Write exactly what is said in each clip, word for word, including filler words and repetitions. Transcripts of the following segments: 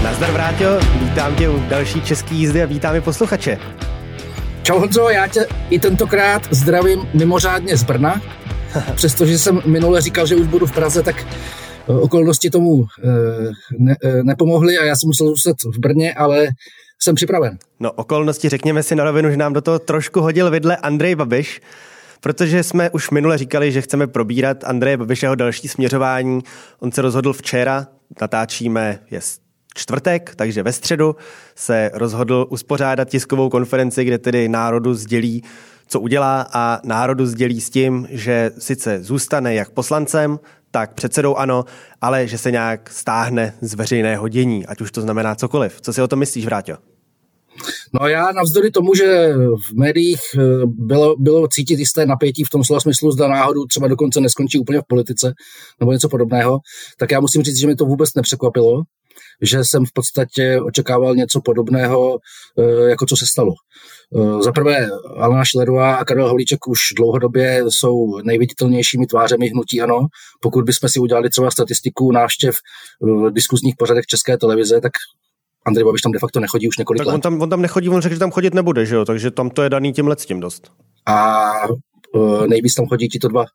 Nazdar Vráťo, vítám tě u další české jízdy a vítám i posluchače. Čau Honzo, já tě i tentokrát zdravím mimořádně z Brna. Přestože jsem minule říkal, že už budu v Praze, tak okolnosti tomu ne, nepomohly a já jsem musel zůstat v Brně, ale jsem připraven. No okolnosti, řekněme si na rovinu, že nám do toho trošku hodil vidle Andrej Babiš, protože jsme už minule říkali, že chceme probírat Andreje Babišeho další směřování. On se rozhodl včera, natáčíme je čtvrtek, takže ve středu se rozhodl uspořádat tiskovou konferenci, kde tedy národu sdělí, co udělá, a národu sdělí s tím, že sice zůstane jak poslancem, tak předsedou ANO, ale že se nějak stáhne z veřejného dění, ať už to znamená cokoliv. Co si o tom myslíš, Vráťo? No já navzdory tomu, že v médiích bylo, bylo cítit jisté napětí v tom slova smyslu, zda náhodou třeba dokonce neskončí úplně v politice nebo něco podobného, tak já musím říct, že mi to vůbec nepřekvapilo, že jsem v podstatě očekával něco podobného, jako co se stalo. Za prvé, Alena Schillerová a Karel Havlíček už dlouhodobě jsou nejviditelnějšími tvářemi hnutí ANO. Pokud bychom si udělali třeba statistiku návštěv v diskuzních pořadech České televize, tak Andrej Babiš tam de facto nechodí už několik tak let. On tam, on tam nechodí, on řekl, že tam chodit nebude, že jo? Takže tam to je daný tímhle s tím dost. A nejvíc tam chodí tito dva.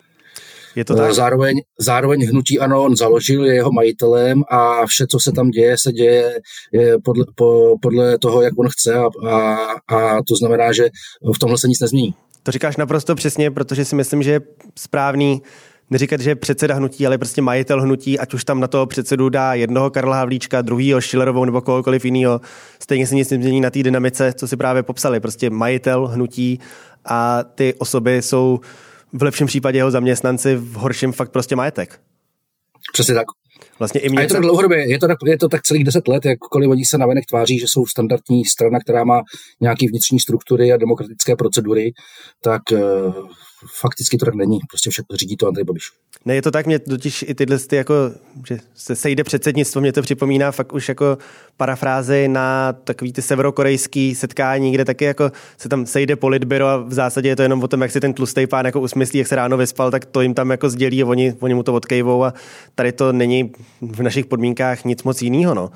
Je to tak? Zároveň, zároveň hnutí ANO on založil, je jeho majitelem a vše, co se tam děje, se děje je podle, po, podle toho, jak on chce a, a, a to znamená, že v tomhle se nic nezmění. To říkáš naprosto přesně, protože si myslím, že je správný neříkat, že je předseda hnutí, ale prostě majitel hnutí, ať už tam na toho předsedu dá jednoho Karla Havlíčka, druhýho Schillerovou nebo kohokoliv jiného. Stejně se nic nezmění na té dynamice, co si právě popsali. Prostě majitel hnutí a ty osoby jsou v lepším případě jeho zaměstnanci, v horším fakt prostě majetek. Přesně tak. Vlastně i mě a je to tak dlouhodobě, je to tak, je to tak celých deset let, jakkoliv oni se navenek tváří, že jsou standardní strana, která má nějaký vnitřní struktury a demokratické procedury, tak uh, fakticky to tak není. Prostě všechno řídí to Andrej Babiš. Ne, je to tak, mě totiž i tyhle ty jako, že se sejde předsednictvo, mě to připomíná fakt už jako parafrázy na takový ty severokorejský setkání, kde taky jako se tam sejde politbyro a v zásadě je to jenom o tom, jak si ten tlustej pán jako usmyslí, jak se ráno vyspal, tak to jim tam jako sdělí a oni, oni mu to odkejvou a tady to není v našich podmínkách nic moc jinýho, no.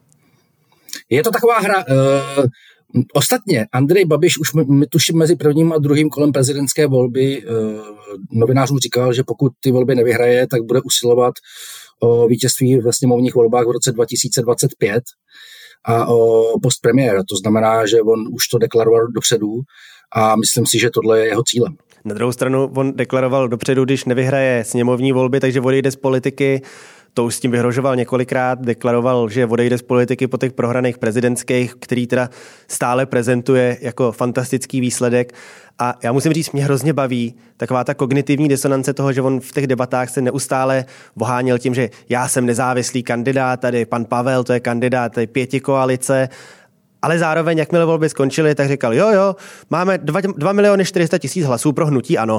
Je to taková hra. Uh... Ostatně Andrej Babiš už mi tuším mezi prvním a druhým kolem prezidentské volby eh, novinářům říkal, že pokud ty volby nevyhraje, tak bude usilovat o vítězství ve sněmovních volbách v roce dva tisíce dvacet pět a o post premiéra. To znamená, že on už to deklaroval dopředu a myslím si, že tohle je jeho cílem. Na druhou stranu on deklaroval dopředu, když nevyhraje sněmovní volby, takže odejde z politiky. To už s tím vyhrožoval několikrát, deklaroval, že odejde z politiky po těch prohraných prezidentských, který teda stále prezentuje jako fantastický výsledek. A já musím říct, mě hrozně baví taková ta kognitivní disonance toho, že on v těch debatách se neustále voháněl tím, že já jsem nezávislý kandidát, tady pan Pavel, to je kandidát tady pěti koalice, ale zároveň, jakmile volby skončily, tak říkal, jo, jo, máme dva miliony čtyři sta tisíc hlasů pro hnutí ANO.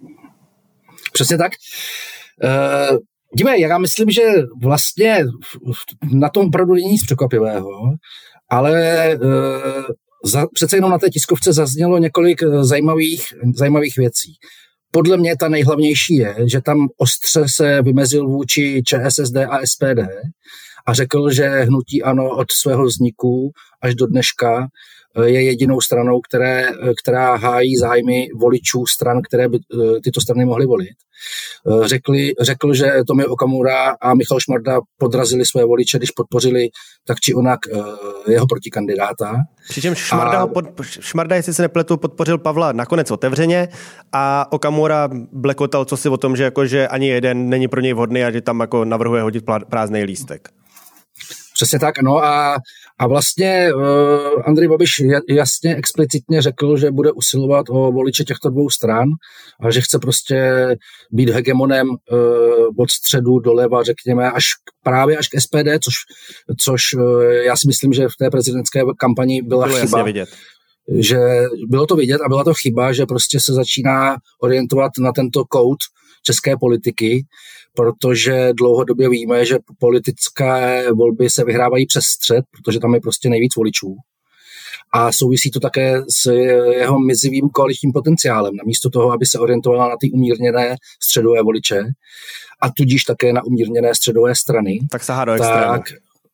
Přesně tak. Uh... Dívej, já myslím, že vlastně na tom opravdu není nic překvapivého, ale e, za, přece jenom na té tiskovce zaznělo několik zajímavých, zajímavých věcí. Podle mě ta nejhlavnější je, že tam ostře se vymezil vůči ČSSD a S P D a řekl, že hnutí ANO od svého vzniku až do dneška je jedinou stranou, které, která hájí zájmy voličů stran, které by tyto strany mohly volit. Řekli, řekl, že Tomio Okamura a Michal Šmarda podrazili své voliče, když podpořili tak či onak jeho protikandidáta. Přičemž Šmarda, a... pod, Šmarda, jestli se nepletu, podpořil Pavla nakonec otevřeně a Okamura blekotal cosi o tom, že, jako, že ani jeden není pro něj vhodný a že tam jako navrhuje hodit prázdnej lístek. Přesně tak, no a, a vlastně uh, Andrej Babiš jasně explicitně řekl, že bude usilovat o voliče těchto dvou stran a že chce prostě být hegemonem uh, od středu doleva, řekněme, až právě až k S P D, což, což uh, já si myslím, že v té prezidentské kampani byla bylo chyba. Vidět. Že bylo to vidět a byla to chyba, že prostě se začíná orientovat na tento kout české politiky, protože dlouhodobě víme, že politické volby se vyhrávají přes střed, protože tam je prostě nejvíc voličů. A souvisí to také s jeho mizivým koaličním potenciálem. Namísto toho, aby se orientovala na ty umírněné středové voliče a tudíž také na umírněné středové strany, tak sahá do extrému. Tak,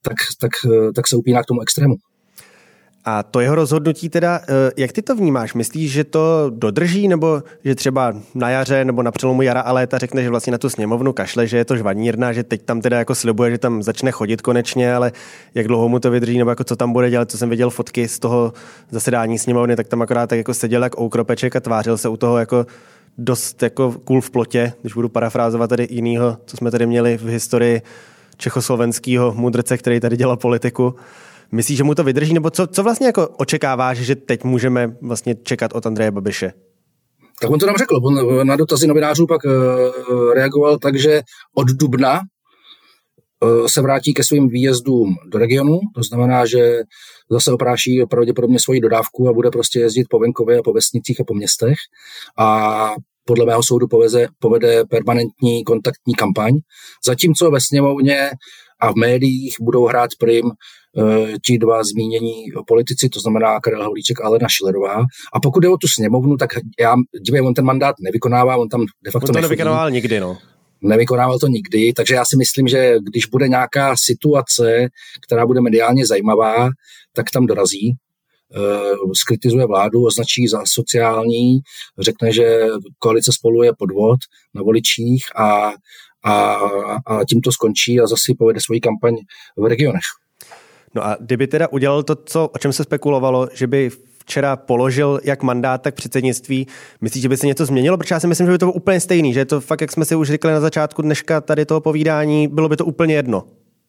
tak, tak, tak se upíná k tomu extrému. A to jeho rozhodnutí teda, jak ty to vnímáš? Myslíš, že to dodrží, nebo že třeba na jaře nebo na přelomu jara a léta řekne, že vlastně na tu sněmovnu kašle, že je to žvanírna, že teď tam teda jako slibuje, že tam začne chodit konečně, ale jak dlouho mu to vydrží, nebo jako co tam bude dělat, co jsem viděl fotky z toho zasedání sněmovny, tak tam akorát tak jako seděl jak oukropeček a tvářil se u toho jako dost jako kůl v plotě, když budu parafrázovat tady jinýho, co jsme tady měli v historii čechoslovenského mudrce, který tady dělal politiku. Myslíš, že mu to vydrží, nebo co, co vlastně jako očekáváš, že teď můžeme vlastně čekat od Andreje Babiše? Tak on to nám řekl. On na dotazy novinářů pak uh, reagoval tak, že od dubna uh, se vrátí ke svým výjezdům do regionu. To znamená, že zase opráší pravděpodobně svoji dodávku a bude prostě jezdit po venkově, po vesnicích a po městech. A podle mého soudu poveze, povede permanentní kontaktní kampaň. Zatímco ve sněmovně a v médiích budou hrát prim ti dva zmínění politici, to znamená Karel Havlíček a Alena Schillerová. A pokud jde o tu sněmovnu, tak já, dívej, on ten mandát nevykonává, on tam de facto on to nechodí. nevykonával nikdy, no. Nevykonával to nikdy, takže já si myslím, že když bude nějaká situace, která bude mediálně zajímavá, tak tam dorazí, skritizuje vládu, označí za sociální, řekne, že koalice Spolu je podvod na voličích a, a, a tím to skončí a zase povede svoji kampaň v regionech. No a kdyby teda udělal to, co, o čem se spekulovalo, že by včera položil jak mandát, tak předsednictví, myslíš, že by se něco změnilo? Protože já si myslím, že by to bylo úplně stejný, že je to fakt, jak jsme si už řekli na začátku dneška tady toho povídání, bylo by to úplně jedno.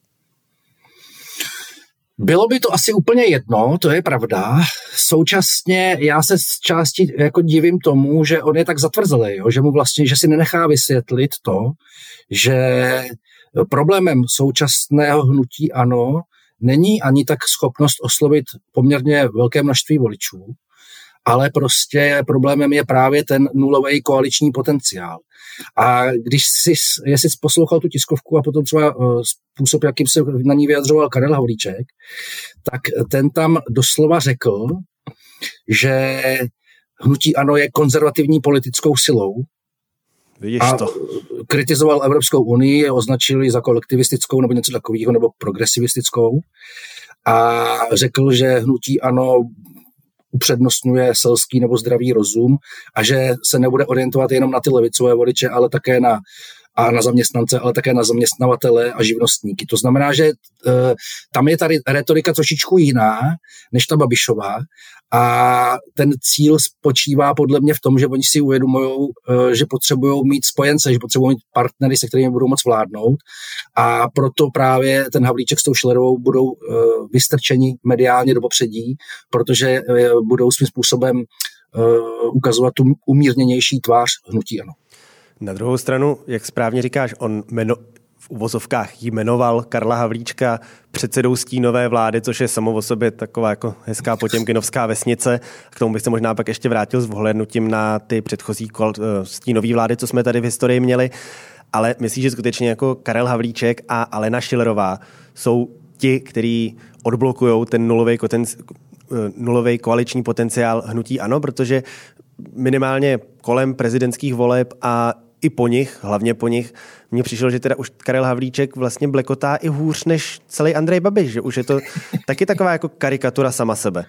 Bylo by to asi úplně jedno, to je pravda. Současně já se z části jako divím tomu, že on je tak zatvrzelý, jo? Že mu vlastně, že si nenechá vysvětlit to, že problémem současného hnutí ANO není ani tak schopnost oslovit poměrně velké množství voličů, ale prostě problémem je právě ten nulový koaliční potenciál. A když jsi, jestli jsi poslouchal tu tiskovku a potom třeba způsob, jakým se na ní vyjadřoval Karel Havlíček, tak ten tam doslova řekl, že hnutí ANO je konzervativní politickou silou. Vidíš a to. Kritizoval Evropskou unii, označili za kolektivistickou nebo něco takového, nebo progresivistickou. A řekl, že hnutí ANO upřednostňuje selský nebo zdravý rozum a že se nebude orientovat jenom na ty levicové voliče, ale také na, a na zaměstnance, ale také na zaměstnavatele a živnostníky. To znamená, že e, tam je tady retorika trošičku jiná než ta Babišová a ten cíl spočívá podle mě v tom, že oni si uvědomují, e, že potřebují mít spojence, že potřebují mít partnery, se kterými budou moc vládnout a proto právě ten Havlíček s tou Schillerovou budou e, vystrčeni mediálně do popředí, protože e, budou svým způsobem e, ukazovat tu umírněnější tvář hnutí ANO. Na druhou stranu, jak správně říkáš, on jmeno, v uvozovkách jmenoval Karla Havlíčka předsedou stínové vlády, což je samo o sobě taková jako hezká potěmkinovská vesnice. K tomu bych se možná pak ještě vrátil s vhlédnutím na ty předchozí stínové vlády, co jsme tady v historii měli. Ale myslím, že skutečně jako Karel Havlíček a Alena Schillerová jsou ti, kteří odblokují ten nulový, nulový koaliční potenciál hnutí ANO, protože minimálně kolem prezidentských voleb a i po nich, hlavně po nich, mně přišlo, že teda už Karel Havlíček vlastně blekotá i hůř než celý Andrej Babiš, že už je to taky taková jako karikatura sama sebe.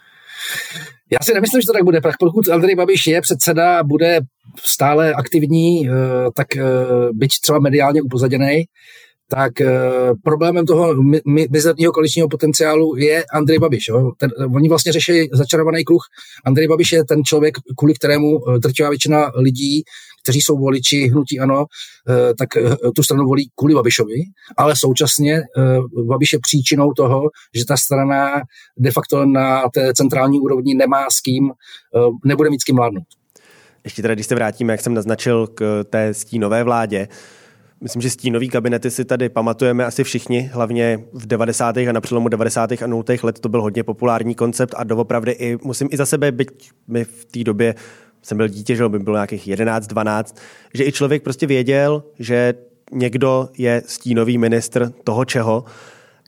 Já si nemyslím, že to tak bude. Pokud Andrej Babiš je předseda, bude stále aktivní, tak byť třeba mediálně upozaděnej, tak uh, problémem toho mizerného koaličního potenciálu je Andrej Babiš. Jo? Ten, oni vlastně řeší začarovaný kruh. Andrej Babiš je ten člověk, kvůli kterému uh, drtivá většina lidí, kteří jsou voliči hnutí ANO, uh, tak uh, tu stranu volí kvůli Babišovi, ale současně uh, Babiš je příčinou toho, že ta strana de facto na té centrální úrovni nemá s kým, uh, nebude mít s kým vládnout. Ještě teda, když se vrátíme, jak jsem naznačil k té stínové vládě, myslím, že stínový kabinety si tady pamatujeme asi všichni, hlavně v devadesátých a na přelomu devadesátých a nultých let to byl hodně populární koncept a doopravdy i, musím i za sebe, byť mi v té době jsem byl dítě, že by bylo nějakých jedenáct, dvanáct, že i člověk prostě věděl, že někdo je stínový ministr toho čeho.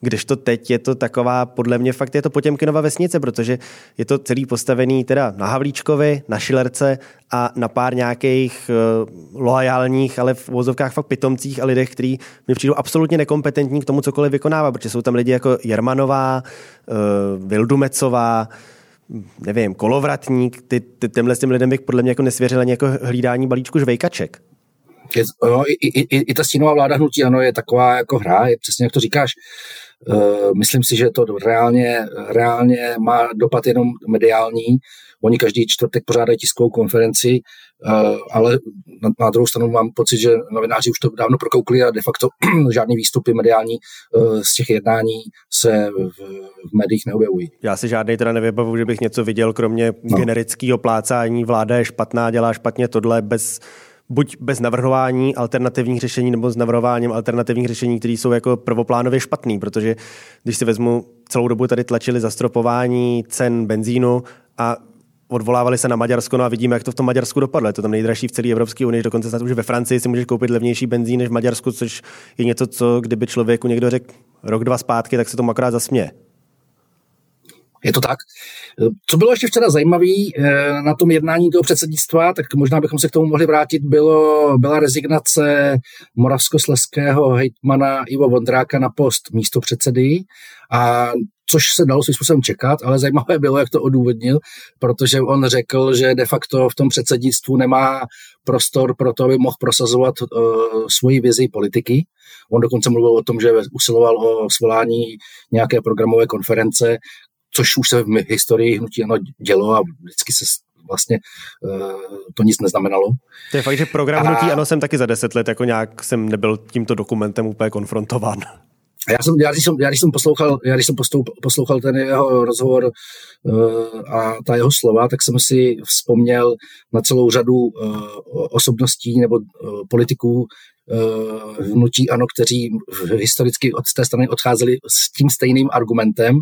Kdežto teď je to taková, podle mě fakt je to Potěmkinova vesnice, protože je to celý postavený teda na Havlíčkovi, na Šilerce a na pár nějakých uh, loajálních, ale v uvozovkách fakt pitomcích a lidech, kteří mi přijdou absolutně nekompetentní k tomu cokoliv vykonávat, protože jsou tam lidi jako Jermanová, uh, Vildumecová, nevím, Kolovratník, ty, ty, těmhle s těm lidem bych podle mě jako nesvěřil ani jako hlídání balíčku žvejkaček. Je, no, i, i, i ta stínová vláda hnutí ANO je taková jako hra, je přesně jak to říkáš. Uh, myslím si, že to reálně, reálně má dopad jenom mediální. Oni každý čtvrtek pořádají tiskovou konferenci, uh, ale na, na druhou stranu mám pocit, že novináři už to dávno prokoukli a de facto žádný výstupy mediální uh, z těch jednání se v, v médiích neobjevují. Já si žádnej teda nevybavu, že bych něco viděl, kromě no. generického plácání, vláda je špatná, dělá špatně tohle, bez buď bez navrhování alternativních řešení nebo s navrhováním alternativních řešení, které jsou jako prvoplánově špatný, protože když si vezmu, celou dobu tady tlačili zastropování cen benzínu a odvolávali se na Maďarsko, no a vidíme, jak to v tom Maďarsku dopadlo. Je to tam nejdražší v celé Evropské unii, dokonce snad už ve Francii si můžeš koupit levnější benzín než v Maďarsku, což je něco, co kdyby člověku někdo řekl rok, dva zpátky, tak se tomu akorát zasměje. Je to tak. Co bylo ještě včera zajímavé na tom jednání toho předsednictva, tak možná bychom se k tomu mohli vrátit, bylo, byla rezignace moravskoslezského hejtmana Ivo Vondráka na post místopředsedy, a což se dalo svým způsobem čekat, ale zajímavé bylo, jak to odůvodnil, protože on řekl, že de facto v tom předsednictvu nemá prostor pro to, aby mohl prosazovat uh, svoji vizi politiky. On dokonce mluvil o tom, že usiloval o svolání nějaké programové konference, což už se v historii hnutí ANO dělo a vždycky se vlastně uh, to nic neznamenalo. To je fakt, že program a... hnutí ANO jsem taky za deset let jako nějak jsem nebyl tímto dokumentem úplně konfrontován. A já jsem, já když jsem, já když jsem poslouchal, já když jsem poslouchal ten jeho rozhovor uh, a ta jeho slova, tak jsem si vzpomněl na celou řadu uh, osobností nebo uh, politiků uh, hnutí ANO, kteří historicky od té strany odcházeli s tím stejným argumentem.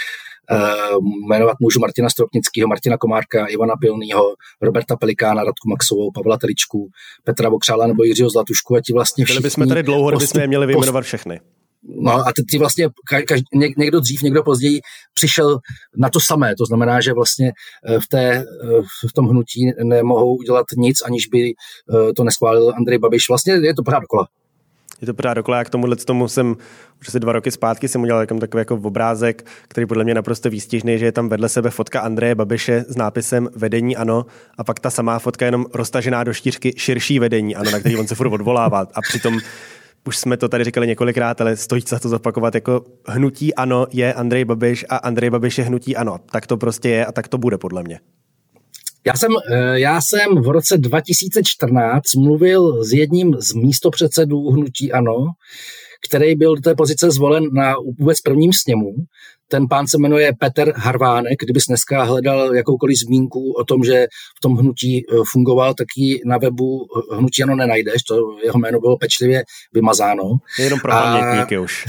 Uh, jmenovat můžu Martina Stropnického, Martina Komárka, Ivana Pilnýho, Roberta Pelikána, Radku Maxovou, Pavla Teličku, Petra Vokřála nebo Jiřího Zlatušku a ti vlastně všichni... Byli bychom tady dlouho, postup, kdybychom je měli vyjmenovat všechny. No a ty, ty vlastně každý, někdo dřív, někdo později přišel na to samé, to znamená, že vlastně v, té, v tom hnutí nemohou udělat nic, aniž by to neschválil Andrej Babiš. Vlastně je to pořád dokola. Je to pořád dokola, já k tomuhle tomu jsem už asi dva roky zpátky jsem udělal takový jako obrázek, který podle mě je naprosto výstižný, že je tam vedle sebe fotka Andreje Babiše s nápisem Vedení ANO a pak ta samá fotka jenom roztažená do štířky širší vedení ANO, na který on se furt odvolává. A přitom už jsme to tady říkali několikrát, ale stojí za to zopakovat, jako hnutí ANO je Andrej Babiš a Andrej Babiš je hnutí ANO. Tak to prostě je a tak to bude podle mě. Já jsem, já jsem v roce dva tisíce čtrnáct mluvil s jedním z místopředsedů hnutí ANO, který byl do té pozice zvolen na vůbec prvním sněmu. Ten pán se jmenuje Petr Harvánek. Kdybys dneska hledal jakoukoliv zmínku o tom, že v tom hnutí fungoval, tak ji na webu hnutí ANO nenajdeš. To jeho jméno bylo pečlivě vymazáno. Je jenom pro pamětníky už.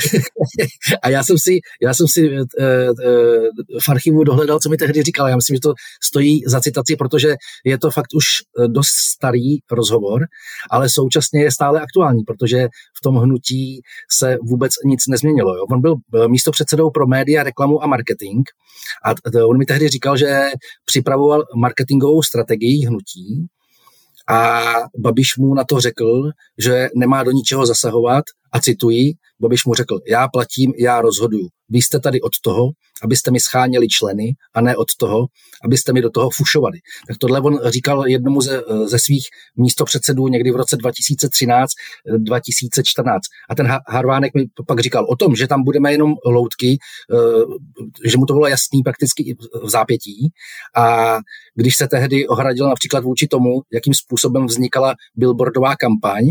A já jsem si, já jsem si uh, uh, v archivu dohledal, co mi tehdy říkal. Já myslím, že to stojí za citaci, protože je to fakt už dost starý rozhovor, ale současně je stále aktuální, protože v tom hnutí se vůbec nic nezměnilo. Jo? On byl místopředsedou pro média, reklamu a marketing a on mi tehdy říkal, že připravoval marketingovou strategii hnutí a Babiš mu na to řekl, že nemá do ničeho zasahovat a cituji, Babiš mu řekl, já platím, já rozhoduju. Vy jste tady od toho, abyste mi scháněli členy a ne od toho, abyste mi do toho fušovali. Tak tohle on říkal jednomu ze, ze svých místopředsedů někdy v roce dva tisíce třináct dva tisíce čtrnáct. A ten Harvánek mi pak říkal o tom, že tam budeme jenom loutky, že mu to bylo jasný prakticky v zápětí. A když se tehdy ohradil například vůči tomu, jakým způsobem vznikala billboardová kampaň,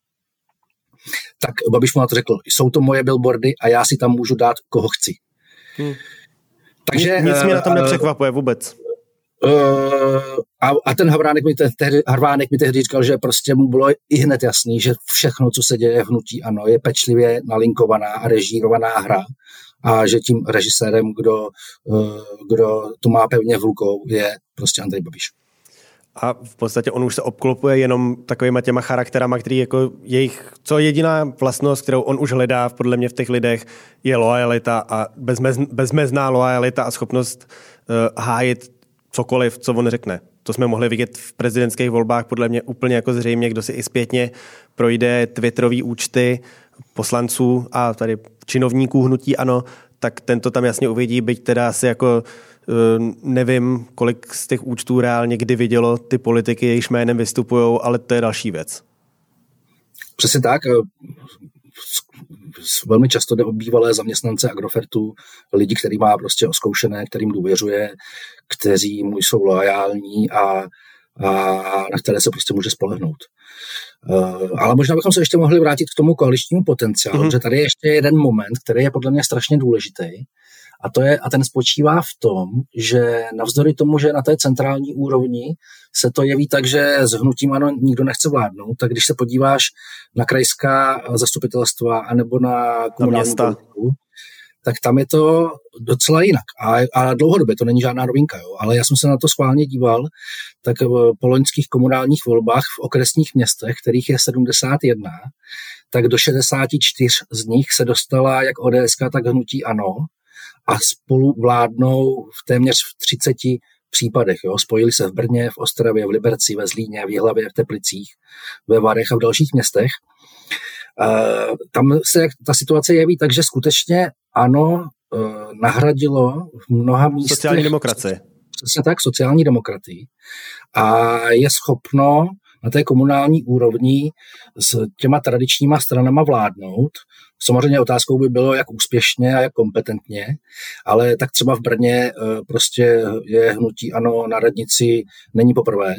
tak Babiš mu na to řekl, jsou to moje billboardy a já si tam můžu dát, koho chci. Hmm. Takže, nic mě na tom nepřekvapuje vůbec. Uh, a, a ten Harvánek mi, tehdy, Harvánek mi tehdy říkal, že prostě mu bylo i hned jasný, že všechno, co se děje v hnutí ANO, je pečlivě nalinkovaná a režírovaná hra a že tím režisérem, kdo, uh, kdo to má pevně v rukou, je prostě Andrej Babiš. A v podstatě on už se obklopuje jenom takovýma těma charakterama, který jako jejich, co jediná vlastnost, kterou on už hledá podle mě v těch lidech, je loajalita a bezmez, bezmezná loajalita a schopnost uh, hájit cokoliv, co on řekne. To jsme mohli vidět v prezidentských volbách podle mě úplně jako zřejmě, kdo si i zpětně projde twitterový účty poslanců a tady činovníků hnutí ANO, tak tento tam jasně uvidí, byť teda asi jako nevím, kolik z těch účtů reálně kdy vidělo ty politiky, jejichž jménem vystupujou, ale to je další věc. Přesně tak. Velmi často jde o bývalé zaměstnance Agrofertu, lidi, který má prostě oskoušené, kterým důvěřuje, kteří mu jsou loajální a, a na které se prostě může spolehnout. Uh, ale možná bychom se ještě mohli vrátit k tomu koaličnímu potenciálu, mm-hmm. že tady je ještě jeden moment, který je podle mě strašně důležitý. A, to je, a ten spočívá v tom, že navzdory tomu, že na té centrální úrovni se to jeví tak, že s hnutím ANO nikdo nechce vládnout, tak když se podíváš na krajská zastupitelstva anebo na komunální politiku, tak tam je to docela jinak. A, a dlouhodobě, to není žádná novinka. Jo. Ale já jsem se na to schválně díval, tak po loňských komunálních volbách v okresních městech, kterých je sedmdesát jedna, tak do šedesát čtyři z nich se dostala jak O D S ka, tak hnutí ANO a spolu vládnou v téměř v třiceti případech. Jo. Spojili se v Brně, v Ostravě, v Liberci, ve Zlíně, v Jihlavě, v Teplicích, ve Varech a v dalších městech. Uh, tam se ta situace jeví tak, že skutečně ANO uh, nahradilo v mnoha místech sociální demokracie. Přesně tak, sociální demokratii. A je schopno na té komunální úrovni s těma tradičníma stranama vládnout. Samozřejmě otázkou by bylo, jak úspěšně a jak kompetentně, ale tak třeba v Brně uh, prostě je hnutí ANO na radnici není poprvé.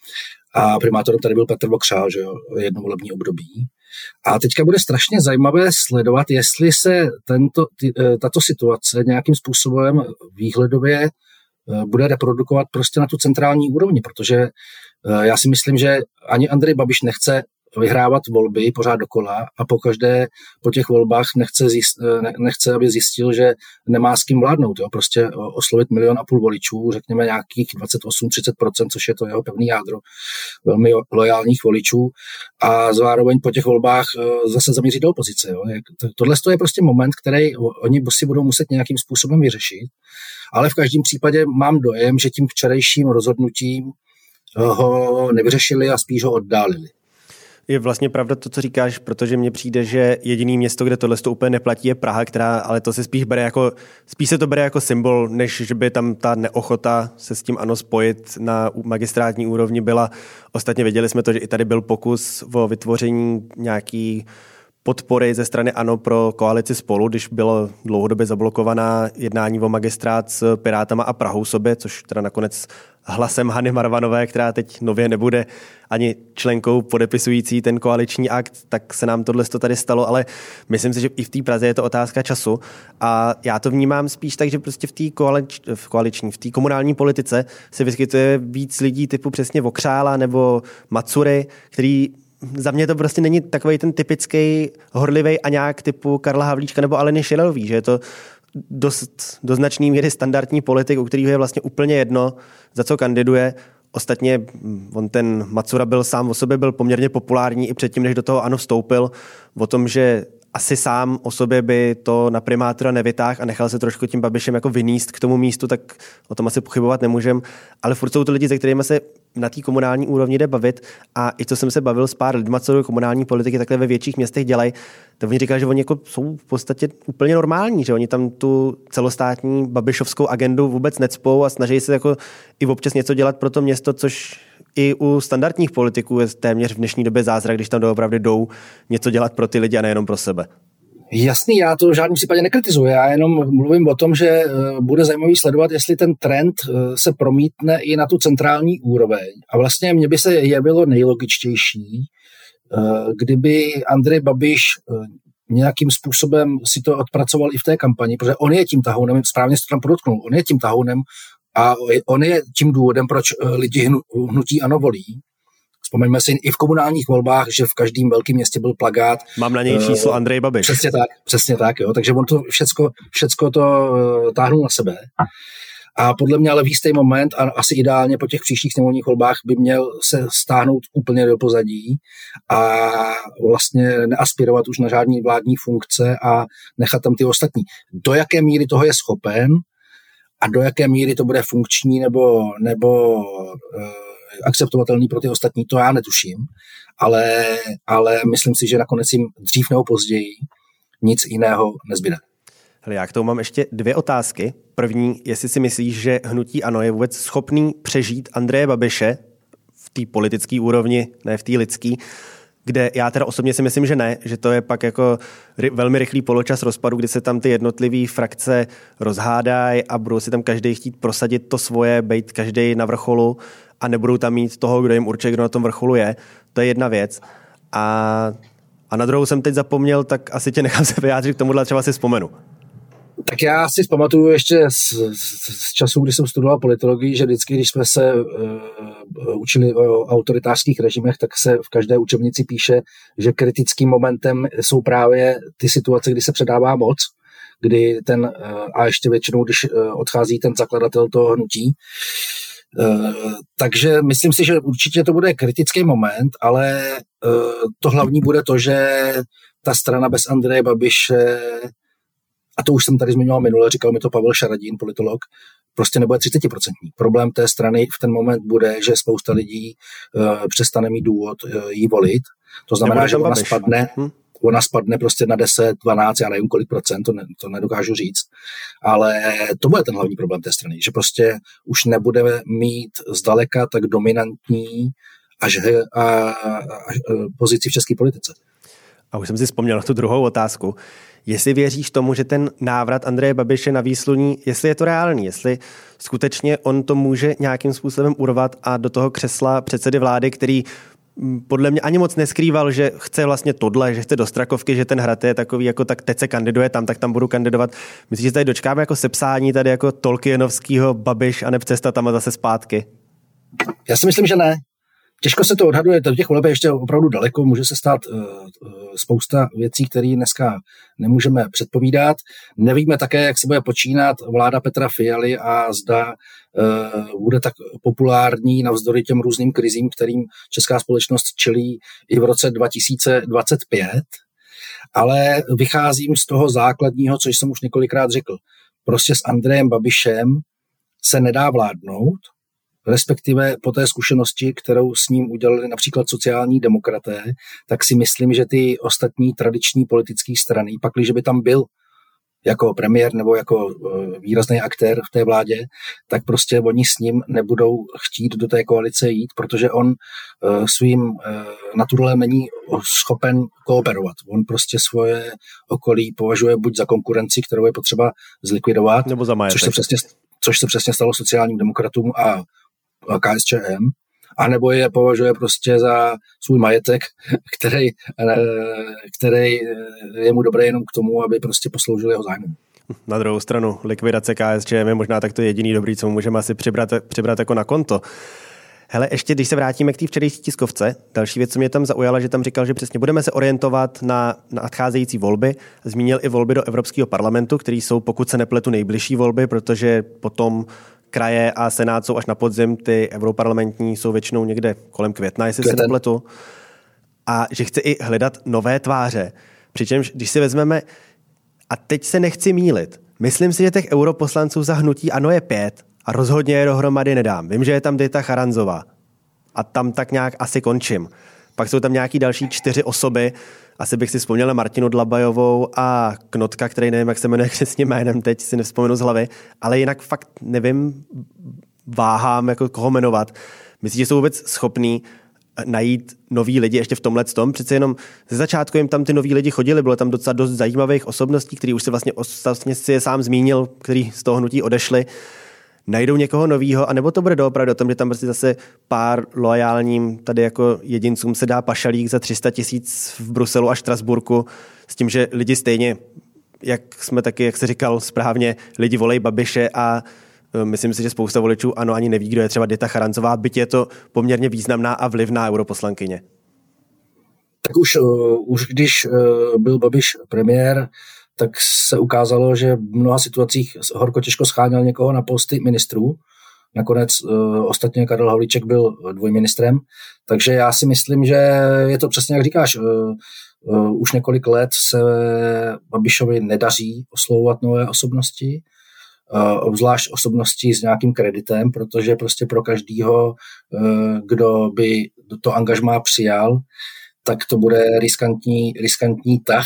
A primátorem tady byl Petr Vokřál, že jo, jedno volební období. A teďka bude strašně zajímavé sledovat, jestli se tento, ty, tato situace nějakým způsobem výhledově bude reprodukovat prostě na tu centrální úrovni, protože já si myslím, že ani Andrej Babiš nechce vyhrávat volby pořád dokola a pokaždé po těch volbách nechce, zjist, nechce, aby zjistil, že nemá s kým vládnout. Jo? Prostě oslovit milion a půl voličů, řekněme nějakých dvacet osm až třicet procent, což je to jeho pevný jádro velmi lojálních voličů a zároveň po těch volbách zase zamířit do opozice. Jo? Tohle je prostě moment, který oni si budou muset nějakým způsobem vyřešit, ale v každém případě mám dojem, že tím včerejším rozhodnutím ho nevyřešili a spíš ho oddálili. Je vlastně pravda to, co říkáš, protože mně přijde, že jediný město, kde tohle to úplně neplatí, je Praha, která, ale to se spíš bere jako, spíš se to bere jako symbol, než že by tam ta neochota se s tím ANO spojit na magistrátní úrovni byla. Ostatně viděli jsme to, že i tady byl pokus o vytvoření nějaký podpory ze strany ANO pro koalici Spolu, když bylo dlouhodobě zablokovaná jednání o magistrát s Pirátama a Prahou sobě, což teda nakonec hlasem Hany Marvanové, která teď nově nebude ani členkou podepisující ten koaliční akt, tak se nám tohle tady stalo, ale myslím si, že i v té Praze je to otázka času a já to vnímám spíš tak, že prostě v té koalič, v koaliční, v té komunální politice se vyskytuje víc lidí typu přesně Vokřála nebo Macury, který za mě to prostě není takovej ten typický horlivý aňák typu Karla Havlíčka nebo Aleny Schillerový, že je to dost do značný míry standardní politik, u kterého je vlastně úplně jedno, za co kandiduje. Ostatně on ten Macura byl sám o sobě, byl poměrně populární i předtím, než do toho ANO vstoupil, o tom, že asi sám o sobě by to na primátora nevytáhl a nechal se trošku tím Babišem jako vyníst k tomu místu, tak o tom asi pochybovat nemůžem. Ale furt jsou to lidi, se kterými se na té komunální úrovni jde bavit a i co jsem se bavil s pár lidma, co do komunální politiky takhle ve větších městech dělají, to oni říkají, že oni jako jsou v podstatě úplně normální, že oni tam tu celostátní babišovskou agendu vůbec necpou a snaží se jako i občas něco dělat pro to město, což i u standardních politiků je téměř v dnešní době zázrak, když tam doopravdy jdou něco dělat pro ty lidi a nejenom pro sebe. Jasný, já to v žádném případě nekritizuji, já jenom mluvím o tom, že bude zajímavý sledovat, jestli ten trend se promítne i na tu centrální úroveň. A vlastně mně by se jevilo nejlogičtější, kdyby Andrej Babiš nějakým způsobem si to odpracoval i v té kampani, protože on je tím tahounem, správně se to tam podotknul, on je tím tahounem a on je tím důvodem, proč lidi hnutí ANO volí. Vzpomeňme si i v komunálních volbách, že v každém velkém městě byl plakát. Mám na něj číslo uh, Andrej Babiš. Přesně tak, přesně tak, jo. Takže on to všecko, všecko to uh, táhnul na sebe. A podle mě ale v jistý moment a asi ideálně po těch příštích sněmovních volbách by měl se stáhnout úplně do pozadí a vlastně neaspirovat už na žádný vládní funkce a nechat tam ty ostatní. Do jaké míry toho je schopen a do jaké míry to bude funkční nebo, nebo uh, akceptovatelný pro ty ostatní, to já netuším, ale, ale myslím si, že nakonec jim dřív nebo později nic jiného nezbyde. Hele, já k tomu mám ještě dvě otázky. První, jestli si myslíš, že hnutí ANO je vůbec schopný přežít Andreje Babiše v té politické úrovni, ne v té lidské, kde já teda osobně si myslím, že ne, že to je pak jako ry, velmi rychlý poločas rozpadu, kdy se tam ty jednotlivé frakce rozhádají a budou si tam každý chtít prosadit to svoje, bejt každý na vrcholu a nebudou tam mít toho, kdo jim určitě, kdo na tom vrcholu je. To je jedna věc. A, a na druhou jsem teď zapomněl, tak asi tě nechám se vyjádřit k tomuhle, třeba si vzpomenu. Tak já si pamatuju ještě z, z času, kdy jsem studoval politologii, že vždycky, když jsme se uh, učili o autoritářských režimech, tak se v každé učebnici píše, že kritickým momentem jsou právě ty situace, kdy se předává moc, kdy ten, uh, a ještě většinou, když uh, odchází ten zakladatel toho hnutí. Uh, takže myslím si, že určitě to bude kritický moment, ale uh, to hlavní bude to, že ta strana bez Andreje Babiše, a to už jsem tady zmiňoval minule, říkal mi to Pavel Šaradín, politolog, prostě nebude třicet procent. Problém té strany v ten moment bude, že spousta lidí uh, přestane mít důvod uh, jí volit. To znamená, že ona Babiš. spadne, hm? ona spadne prostě na deset, dvanáct, já nevím kolik procent, to, ne, to nedokážu říct, ale to bude ten hlavní problém té strany, že prostě už nebude mít zdaleka tak dominantní až a, a, a, pozici v české politice. A už jsem si vzpomněl na tu druhou otázku. Jestli věříš tomu, že ten návrat Andreje Babiše na výsluní, jestli je to reálný, jestli skutečně on to může nějakým způsobem urvat a do toho křesla předsedy vlády, který podle mě ani moc neskrýval, že chce vlastně tohle, že chce do Strakovky, že ten hrad je takový, jako tak teď se kandiduje tam, tak tam budu kandidovat. Myslíš, že tady dočkáme jako sepsání tady jako Tolkienovskýho Babiš a neb cesta tam a zase zpátky? Já si myslím, že ne. Těžko se to odhaduje, do těch voleb je ještě opravdu daleko, může se stát uh, spousta věcí, které dneska nemůžeme předpovídat. Nevíme také, jak se bude počínat vláda Petra Fialy a zda uh, bude tak populární navzdory těm různým krizím, kterým česká společnost čelí i v roce dva tisíce dvacet pět. Ale vycházím z toho základního, co jsem už několikrát řekl. Prostě s Andrejem Babišem se nedá vládnout, respektive po té zkušenosti, kterou s ním udělali například sociální demokraté, tak si myslím, že ty ostatní tradiční politické strany, pakliže by tam byl jako premiér nebo jako výrazný aktér v té vládě, tak prostě oni s ním nebudou chtít do té koalice jít, protože on svým naturelem není schopen kooperovat. On prostě svoje okolí považuje buď za konkurenci, kterou je potřeba zlikvidovat, nebo za majetek. což se přesně, což se přesně stalo sociálním demokratům a K S Č M, anebo je považuje prostě za svůj majetek, který, který je mu dobrý jenom k tomu, aby prostě posloužil jeho zájmu. Na druhou stranu, likvidace K S Č M je možná takto jediný dobrý, co můžeme asi přibrat, přibrat jako na konto. Hele, ještě když se vrátíme k té včerejší tiskovce, další věc, co mě tam zaujala, že tam říkal, že přesně budeme se orientovat na, na nadcházející volby. Zmínil i volby do Evropského parlamentu, které jsou, pokud se nepletu, nejbližší volby, protože potom kraje a senát jsou až na podzim, ty europarlamentní jsou většinou někde kolem května, jestli se nepletu. A že chce i hledat nové tváře. Přičemž, když si vezmeme, a teď se nechci mýlit, myslím si, že těch europoslanců za hnutí ANO je pět a rozhodně je dohromady nedám. Vím, že je tam Dita Charanzová a tam tak nějak asi končím. Pak jsou tam nějaký další čtyři osoby, asi bych si vzpomněl na Martinu Dlabajovou a Knotka, který nevím, jak se jmenuje křestním jménem, teď si nevzpomenu z hlavy, ale jinak fakt nevím, váhám, jako koho jmenovat. Myslím, že jsou vůbec schopní najít noví lidi ještě v tomhle tom. Přece jenom ze začátku jim tam ty noví lidi chodili, bylo tam docela dost zajímavých osobností, který už se vlastně, vlastně si je sám zmínil, který z toho hnutí odešli. Najdou někoho novýho, anebo to bude doopravdy o tom, že tam prostě zase pár loajálním tady jako jedincům se dá pašalík za tři sta tisíc v Bruselu a Štrasburku s tím, že lidi stejně, jak jsme taky, jak se říkal správně, lidi volej Babiše a myslím si, že spousta voličů ano ani neví, kdo je třeba Dita Charanzová, byť je to poměrně významná a vlivná europoslankyně. Tak už, uh, už když uh, byl Babiš premiér, tak se ukázalo, že v mnoha situacích horko těžko scháněl někoho na posty ministrů. Nakonec uh, ostatně Karel Havlíček byl dvojministrem, takže já si myslím, že je to přesně jak říkáš. Uh, uh, už několik let se Babišovi nedaří oslovovat nové osobnosti, uh, obzvlášť osobnosti s nějakým kreditem, protože prostě pro každýho, uh, kdo by to angažmá přijal, tak to bude riskantní, riskantní tah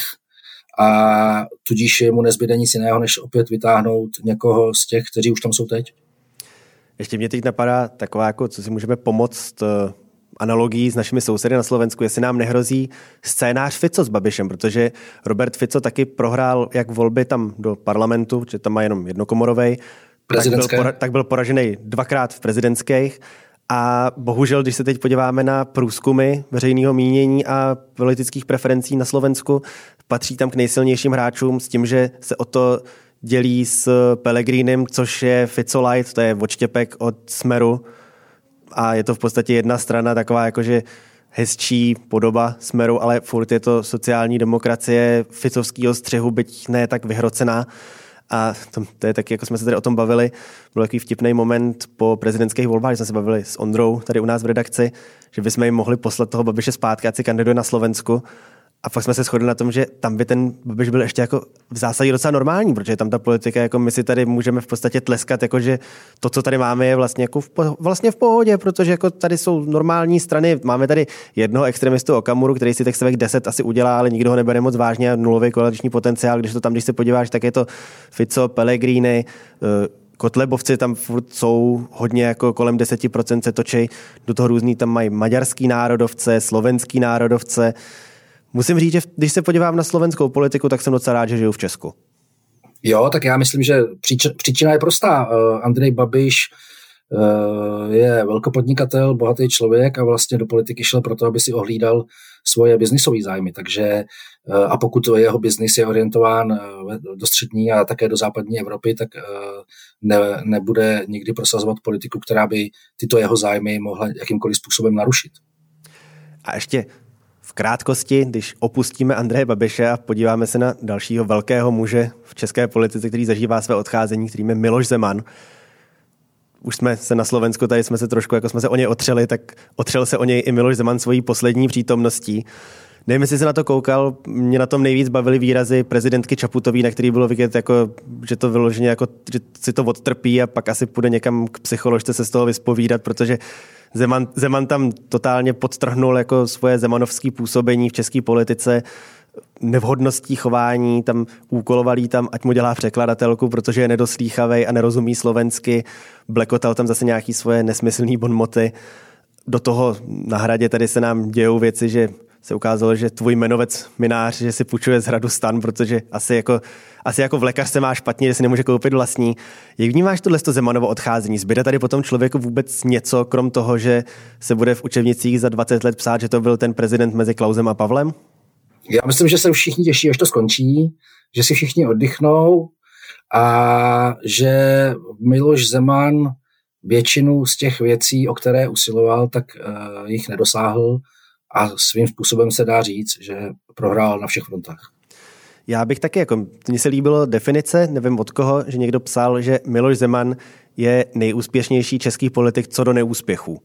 a tudíž mu nezbyde nic jiného, než opět vytáhnout někoho z těch, kteří už tam jsou teď. Ještě mě teď napadá taková, jako, co si můžeme pomoct uh, analogií s našimi sousedy na Slovensku, jestli nám nehrozí scénář Fico s Babišem, protože Robert Fico taky prohrál jak volby tam do parlamentu, že tam má jenom jednokomorovej, tak byl, pora- tak byl poražený dvakrát v prezidentských. A bohužel, když se teď podíváme na průzkumy veřejného mínění a politických preferencí na Slovensku, patří tam k nejsilnějším hráčům s tím, že se o to dělí s Pellegrinem, což je Fico Light, to je odštěpek od Smeru a je to v podstatě jedna strana taková jakože hezčí podoba Smeru, ale furt je to sociální demokracie ficovského střihu, byť ne tak vyhrocená. A to, to je taky, jako jsme se tady o tom bavili, byl takový vtipný moment po prezidentských volbách, že jsme se bavili s Ondrou tady u nás v redakci, že bychom jim mohli poslat toho Babiše zpátky, ať si kandiduje na Slovensku. A pak jsme se shodli na tom, že tam by ten Babiš byl ještě jako v zásadě docela normální, protože tam ta politika, jako my si tady můžeme v podstatě tleskat, jako že to, co tady máme, je vlastně, jako v, vlastně v pohodě, protože jako tady jsou normální strany. Máme tady jednoho extremistu Okamuru, který si textovek deset asi udělá, ale nikdo ho nebere moc vážně, nulový koaliční potenciál. Když to tam, když se podíváš, tak je to Fico, Pellegrini, Kotlebovci tam furt jsou hodně jako kolem deset procent se točí, do toho různý tam mají maďarský národovce, slovenský národovce. Musím říct, že když se podívám na slovenskou politiku, tak jsem docela rád, že žiju v Česku. Jo, tak já myslím, že příčina je prostá. Andrej Babiš je velkopodnikatel, bohatý člověk a vlastně do politiky šel proto, aby si ohlídal svoje biznisové zájmy. Takže a pokud jeho biznis je orientován do střední a také do západní Evropy, tak ne, nebude nikdy prosazovat politiku, která by tyto jeho zájmy mohla jakýmkoliv způsobem narušit. A ještě v krátkosti, když opustíme Andreje Babiše a podíváme se na dalšího velkého muže v české politice, který zažívá své odcházení, kterým je Miloš Zeman. Už jsme se na Slovensku, tady jsme se trošku, jako jsme se o něj otřeli, tak otřel se o něj i Miloš Zeman svojí poslední přítomností. Nevím, jestli se na to koukal, mě na tom nejvíc bavily výrazy prezidentky Čaputový, na který bylo vidět, jako, že to vyloženě, jako, že si to odtrpí a pak asi půjde někam k psycholožce se z toho vyspovídat, protože Zeman, Zeman tam totálně podtrhnul jako svoje zemanovské působení v české politice, nevhodností chování, tam úkolovalý tam, ať mu dělá překladatelku, protože je nedoslýchavej a nerozumí slovensky, blekotal tam zase nějaký svoje nesmyslný bonmoty. Do toho na Hradě tady se nám dějou věci, že se ukázalo, že tvůj jmenovec Minář, že si půjčuje z Hradu stan, protože asi jako, asi jako v lékařce má špatně, že si nemůže koupit vlastní. Jak vnímáš tohle Zemanovo odcházení? Zbyde tady potom člověku vůbec něco, krom toho, že se bude v učebnicích za dvacet let psát, že to byl ten prezident mezi Klausem a Pavlem? Já myslím, že se všichni těší, až to skončí, že si všichni oddychnou a že Miloš Zeman většinu z těch věcí, o které usiloval, tak uh, jich nedosáhl. A svým způsobem se dá říct, že prohrál na všech frontách. Já bych taky, jako, mně se líbilo definice, nevím od koho, že někdo psal, že Miloš Zeman je nejúspěšnější český politik co do neúspěchů.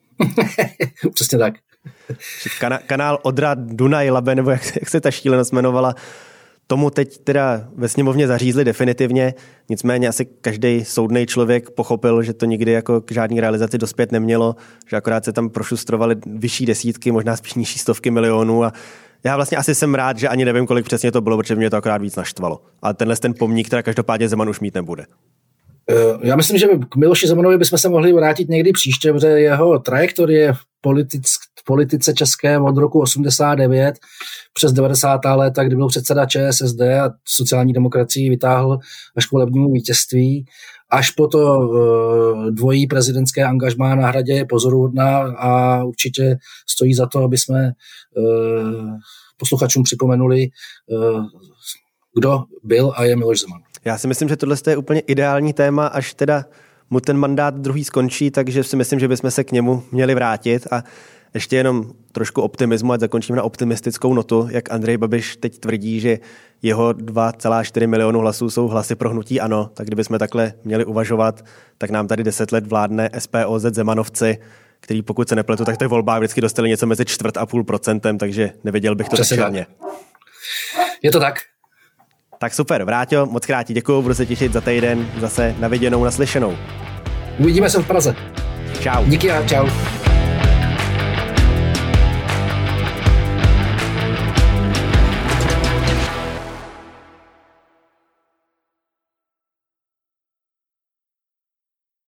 Přesně tak. Kana, kanál Odra Dunaj Labe, nebo jak, jak se ta šílenost jmenovala, tomu teď teda ve sněmovně zařízli definitivně, nicméně asi každý soudný člověk pochopil, že to nikdy jako k žádný realizaci dospět nemělo, že akorát se tam prošustrovaly vyšší desítky, možná spíš nižší stovky milionů a já vlastně asi jsem rád, že ani nevím, kolik přesně to bylo, protože mě to akorát víc naštvalo. A tenhle ten pomník, teda každopádně Zeman už mít nebude. Já myslím, že k Miloši Zemanovi bychom se mohli vrátit někdy příště, protože jeho trajektorie v, politic, v politice české od roku osmdesát devět přes devadesátá léta, kdy byl předseda ČSSD a sociální demokracii vytáhl až k volebnímu vítězství, až po to uh, dvojí prezidentské angažmá na Hradě je pozoruhodná a určitě stojí za to, aby jsme uh, posluchačům připomenuli, uh, kdo byl a je Miloš Zeman. Já si myslím, že tohle je úplně ideální téma, až teda mu ten mandát druhý skončí, takže si myslím, že bychom se k němu měli vrátit. A ještě jenom trošku optimismu, ať zakončíme na optimistickou notu, jak Andrej Babiš teď tvrdí, že jeho dva celá čtyři milionu hlasů jsou hlasy pro hnutí ANO, tak kdybychom takhle měli uvažovat, tak nám tady deset let vládne S P O Z Zemanovci, který pokud se nepletu, tak ty volbách vždycky dostali něco mezi čtvrt a půl procentem, takže nevěděl bych to tak špatně. Je to tak. Tak super, Vráťo, moc krát ti děkuju, budu se těšit za týden zase na viděnou, naslyšenou. Uvidíme se v Praze. Čau. Díky a čau.